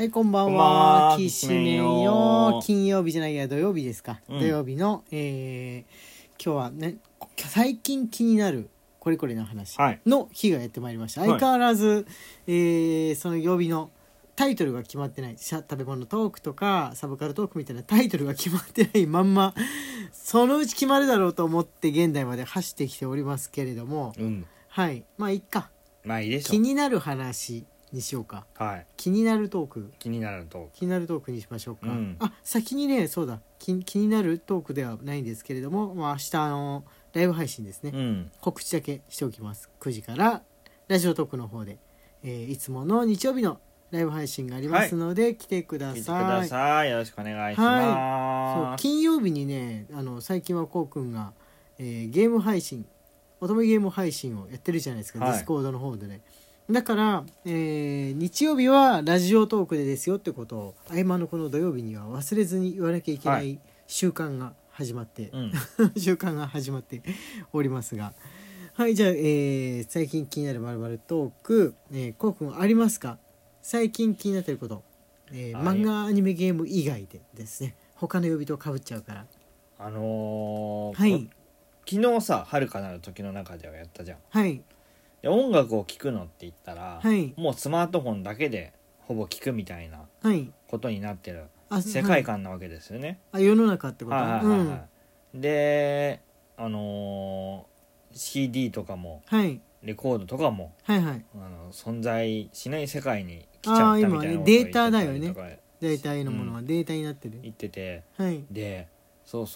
はい、こんばんこんばんは。 はきしめんきしめんよよ。 金曜日じゃないや、土曜日ですか。 うん土曜日の、今日はね、最近気になるこれこれの話はいの日がやってまいりました。 はい相変わらず、その曜日のタイトルが決まってない。食べ物トークとかサブカルトークみたいなタイトルが決まってないまんま、そのうち決まるだろうと思って現代まで走ってきておりますけれども、はい、まあいっか。 まあいいでしょ気になる話にしようか。 はい。 気になるトーク。 気になると。 気になるトークにしましょうか、 うんあ、先にね、そうだ、気になるトークではないんですけれども、まあ、明日ライブ配信ですね、告知だけしておきます。9時からラジオトークの方で、いつもの日曜日のライブ配信がありますので、来てください。 見てください。よろしくお願いしそうます。 金曜日にね、最近はこうくんが、ゲーム配信、乙女ゲーム配信をやってるじゃないですか、 はいディスコードの方でね。だから、日曜日はラジオトークでですよってことを合間のこの土曜日には忘れずに言わなきゃいけない習慣が始まって、習慣が始まっておりますが、はい、じゃあ、最近気になる〇〇トーク、こうくんありますか？最近気になってること、漫画アニメゲーム以外でですね、他の曜日と被っちゃうから。はい、 昨日さ、遥かなる時の中ではやったじゃん。 はい、 で音楽を聴くのって言ったら、 はい、 もうスマートフォンだけでほぼ聴くみたいなはい、 ことになってるあ、 世界観なわけですよね。 あ、世の中ってこと？ はいはいはいはい。で、CD とかもはい、 レコードとかもはいはい、 存在しない世界に来ちゃったみたいなことを言ってたりとかデータだよね。大体のものはデータになってる、 言ってて、 はい、 でそう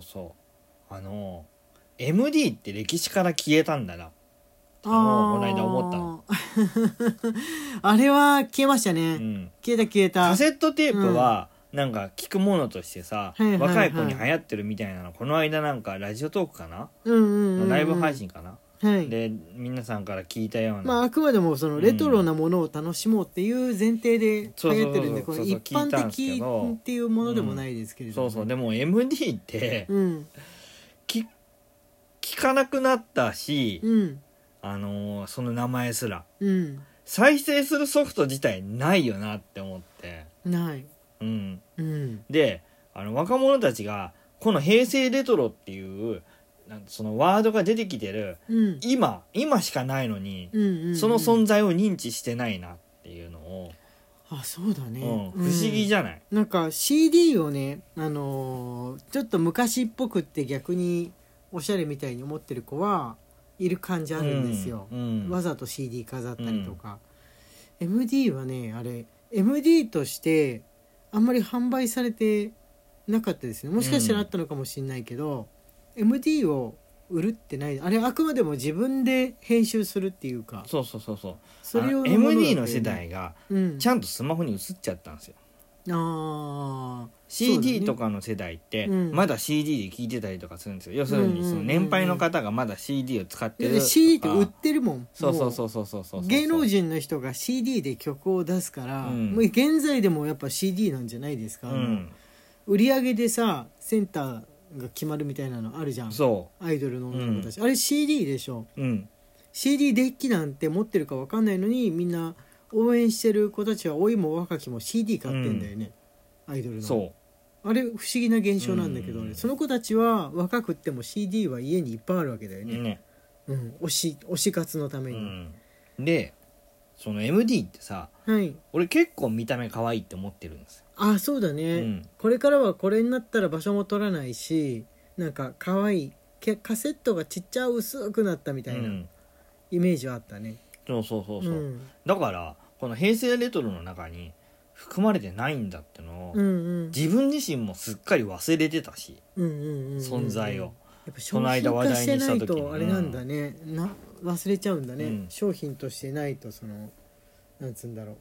MD って歴史から消えたんだな、この間思ったの。 あれは消えましたね、消えた。 カセットテープはなんか聞くものとしてさ、若い子に流行ってるみたいなの、この間なんかラジオトークかな、ライブ配信かな、で皆さんから聞いたような、 まあ、あくまでもそのレトロなものを楽しもうっていう前提で流行ってるんで、これ一般的っていうものでもないですけれども、 でも MD って、聞かなくなったし、その名前すら、再生するソフト自体ないよなって思って、 ない、 で若者たちがこの平成レトロっていうそのワードが出てきてる、今しかないのに、その存在を認知してないなっていうのを、 そうだね、 不思議じゃない？ なんか CD をね、ちょっと昔っぽくって逆におしゃれみたいに思ってる子はいる感じあるんですよ、わざと CD 飾ったりとか、MD はね、あれ MD としてあんまり販売されてなかったですね。もしかしたらあったのかもしれないけど、MD を売るってない。あれあくまでも自分で編集するっていうか、それを MD の世代がちゃんとスマホに移っちゃったんですよ。CD とかの世代ってまだ CD で聴いてたりとかするんですよ。要するにその年配の方がまだ CD を使ってるとか、 CD って売ってるもん。 そう芸能人の人が CD で曲を出すから、もう現在でもやっぱ CD なんじゃないですか、売り上げでさセンターが決まるみたいなのあるじゃん、アイドルの女の子たち、あれ CD でしょ、CD デッキなんて持ってるか分かんないのに、みんな応援してる子たちは老いも若きも CD 買ってんだよね、アイドルの。あれ不思議な現象なんだけど、その子たちは若くっても CD は家にいっぱいあるわけだよね、推し活のために、 でその MD ってさ、俺結構見た目可愛いって思ってるんですよ。 そうだね、これからはこれになったら場所も取らないし、なんか可愛いカセットがちっちゃ薄くなったみたいなイメージはあったね。だからこの平成レトロの中に含まれてないんだってのを、自分自身もすっかり忘れてたし、存在をやっぱ商品化してないとあれなんだね、忘れちゃうんだね、商品としてないと、そのなんつうんだろう、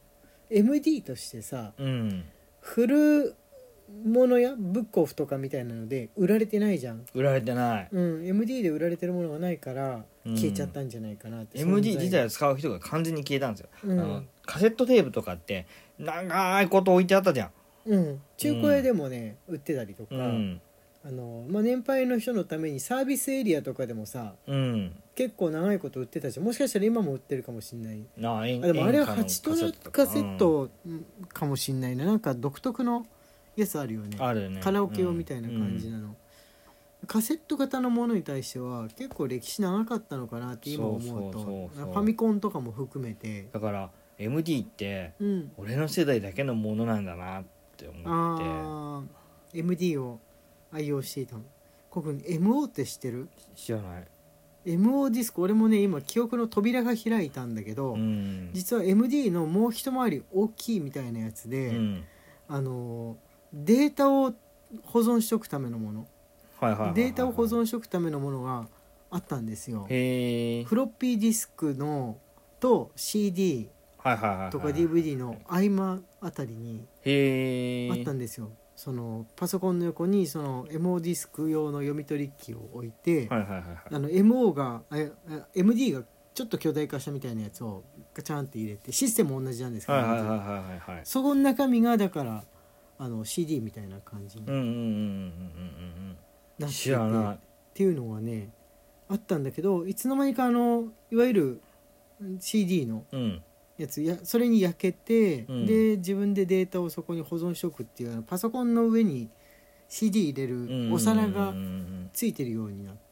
MD としてさ、フルものやブックオフとかみたいなので売られてないじゃん。 売られてない、 MD で売られてるものがないから消えちゃったんじゃないかなって、 MD 自体を使う人が完全に消えたんですよ、カセットテープとかって長いこと置いてあったじゃん、 中古屋でもね、売ってたりとか、 年配の人のためにサービスエリアとかでもさ、結構長いこと売ってたし、もしかしたら今も売ってるかもしれない。でもあれは8トラカセットかもしれないな。なんか独特のやつあるよね。 あるね。 カラオケ用みたいな感じなの。カセット型のものに対しては結構歴史長かったのかなって今思うと、ファミコンとかも含めて。 だから MD って俺の世代だけのものなんだなって思って、 MD を愛用していたの。ここに MO って知ってる？ 知らない。 MO ディスク、俺もね今記憶の扉が開いたんだけど、実は MD のもう一回り大きいみたいなやつで、データを保存しておくためのもの、データを保存しておくためのものがあったんですよ。フロッピーディスクのと CD とか DVD の合間あたりにあったんですよ。そのパソコンの横にその MO ディスク用の読み取り機を置いて、MO がMD がちょっと巨大化したみたいなやつをガチャンって入れて、システム同じなんですけど、そこの中身がだからCD みたいな感じになっててっていうのがねあったんだけど、いつの間にかいわゆる CD のやつそれに焼けて、で自分でデータをそこに保存しておくっていうパソコンの上に CD 入れるお皿がついてるようになって、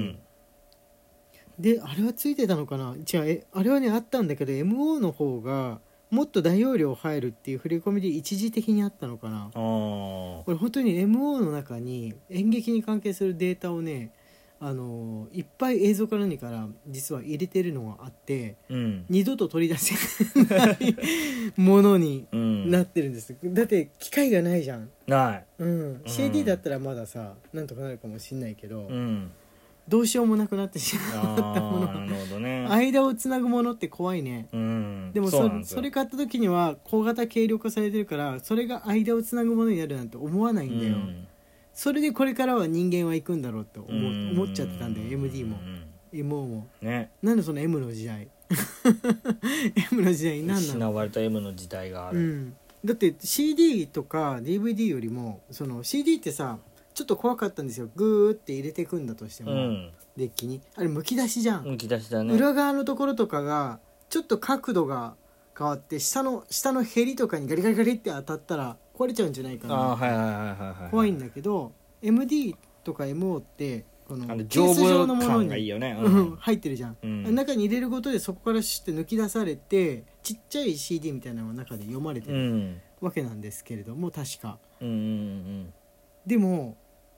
であれはついてたのかな、違う、あれはねあったんだけど MO の方がもっと大容量入るっていう振り込みで一時的にあったのかな。これ本当に MO の中に演劇に関係するデータをねいっぱい映像から何から実は入れてるのがあって、二度と取り出せないものになってるんです、だって機械がないじゃん。 ない、 CD だったらまださなんとかなるかもしんないけど、どうしようもなくなってしまったもの、 なるほどね、 間をつなぐものって怖いね。でもそれ買った時には小型軽量化されてるから、それが間をつなぐものになるなんて思わないんだよ。それでこれからは人間は行くんだろうって思っちゃってたんだよ、MD も MO も、なんでその M の時代M の時代に失われた M の時代がある、 だって CD とか DVD よりもその CD ってさちょっと怖かったんですよ。グーって入れていくんだとしても、デッキにあれむき出しじゃん。 むき出しだね。 裏側のところとかがちょっと角度が変わって下のヘリとかにガリガリガリって当たったら壊れちゃうんじゃないかな。怖いんだけど MD とか MO ってこのケース状のものに入ってるじゃん、中に入れることでそこからシュッて抜き出されてちっちゃい CD みたいなのが中で読まれてるわけなんですけれども、確か、でも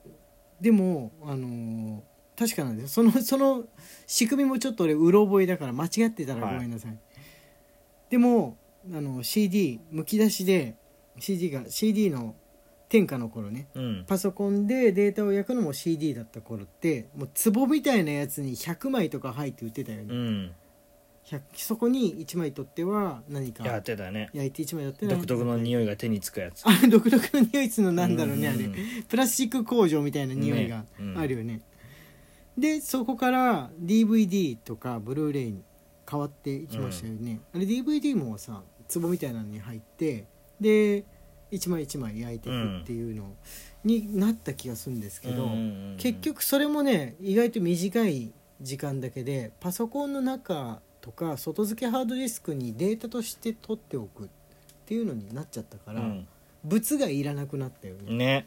確かなんですよ。その仕組みもちょっと俺うろ覚えだから間違ってたらごめんなさい、でもCD むき出しで CD の天下の頃ね、パソコンでデータを焼くのも CD だった頃ってもう壺みたいなやつに100枚とか入って売ってたよね、そこに1枚取っては何かやってたね、 焼いて1枚やって独特の匂いが手につくやつ、 独特の匂いつのなんだろうね、あれプラスチック工場みたいな匂いがあるよね、でそこから DVD とかブルーレイに変わっていきましたよね、あれ DVD もさ壺みたいなのに入ってで一枚一枚焼いていくっていうのになった気がするんですけど、結局それもね意外と短い時間だけでパソコンの中とか外付けハードディスクにデータとして取っておくっていうのになっちゃったから、物がいらなくなったよね。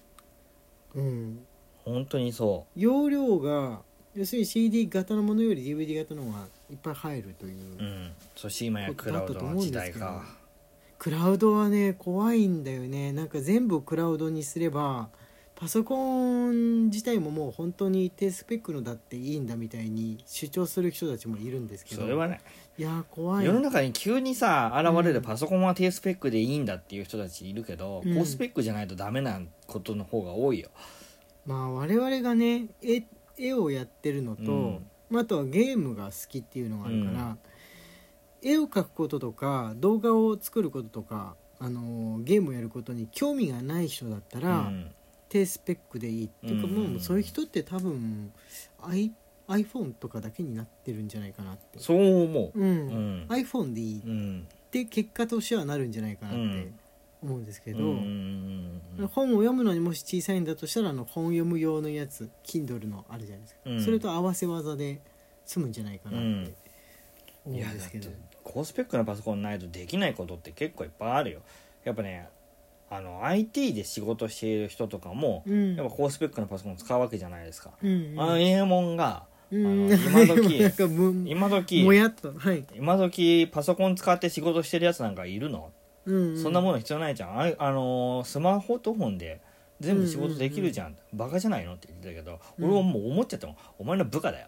本当にそう。 容量が要するに CD 型のものより DVD 型の方がいっぱい入るという、 そして今やクラウドの時代か。 クラウドはね怖いんだよね。なんか全部クラウドにすればパソコン自体ももう本当に低スペックのだっていいんだみたいに主張する人たちもいるんですけど、 それはね、 いや怖い。 世の中に急にさ現れるパソコンは低スペックでいいんだっていう人たちいるけど、高スペックじゃないとダメなことの方が多いよ。 まあ我々がね絵をやってるのと、あとはゲームが好きっていうのがあるから、絵を描くこととか動画を作ることとか、ゲームをやることに興味がない人だったら、低スペックでいいっていうか、もうそういう人って多分iPhone とかだけになってるんじゃないかなって。 そう思う、 iPhone でいい、って結果としてはなるんじゃないかなって思うんですけど、本を読むのにもし小さいんだとしたら本読む用のやつ Kindle のあるじゃないですか、それと合わせ技で済むんじゃないかなって思うんですけど、 高スペックなパソコンないとできないことって結構いっぱいあるよ。やっぱねIT で仕事している人とかも、やっぱ高スペックなパソコンを使うわけじゃないですか、英文が今時もやっと、はい、 今時パソコン使って仕事してるやつなんかいるの、そんなもの必要ないじゃん。スマホと本で全部仕事できるじゃん、バカじゃないのって言ってたけど、俺はもう思っちゃったもん、お前の部下だよ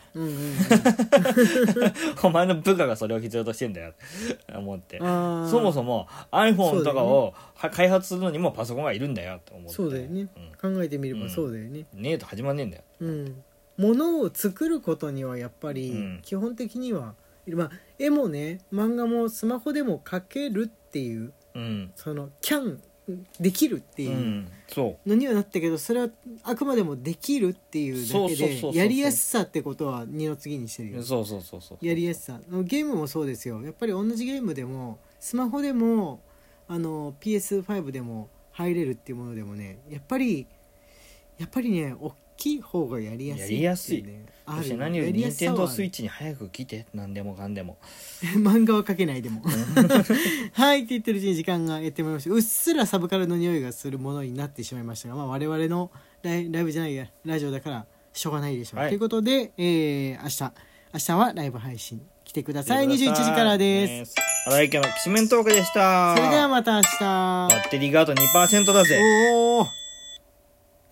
お前の部下がそれを必要としてんだよって思って、そもそも iPhone とかを開発するのにもパソコンがいるんだよって思って、 そうだよね、考えてみればそうだよね、 ねえと始まんねえんだよ、 物を作ることにはやっぱり基本的には、絵もね漫画もスマホでも描けるっていう、そのキャンできるっていうのにはなったけど、それはあくまでもできるっていうだけで、やりやすさってことは二の次にしてるよ。やりやすさ、ゲームもそうですよ。やっぱり同じゲームでもスマホでもPS5 でも入れるっていうものでもね、やっぱりね大きい方がやりやすい、ね、 やりやすい。そして何よりニンテンドースイッチに早く来て、何でもかんでも漫画は描けないでもはいって言ってるうちに時間がやってまいりました。うっすらサブカルの匂いがするものになってしまいましたが、我々のライブじゃないやラジオだからしょうがないでしょう、ということで、明日はライブ配信来てください。21時からです。 荒井家のきしめんトークでした。 それではまた明日。 バッテリーがあと 2% だぜ。 おー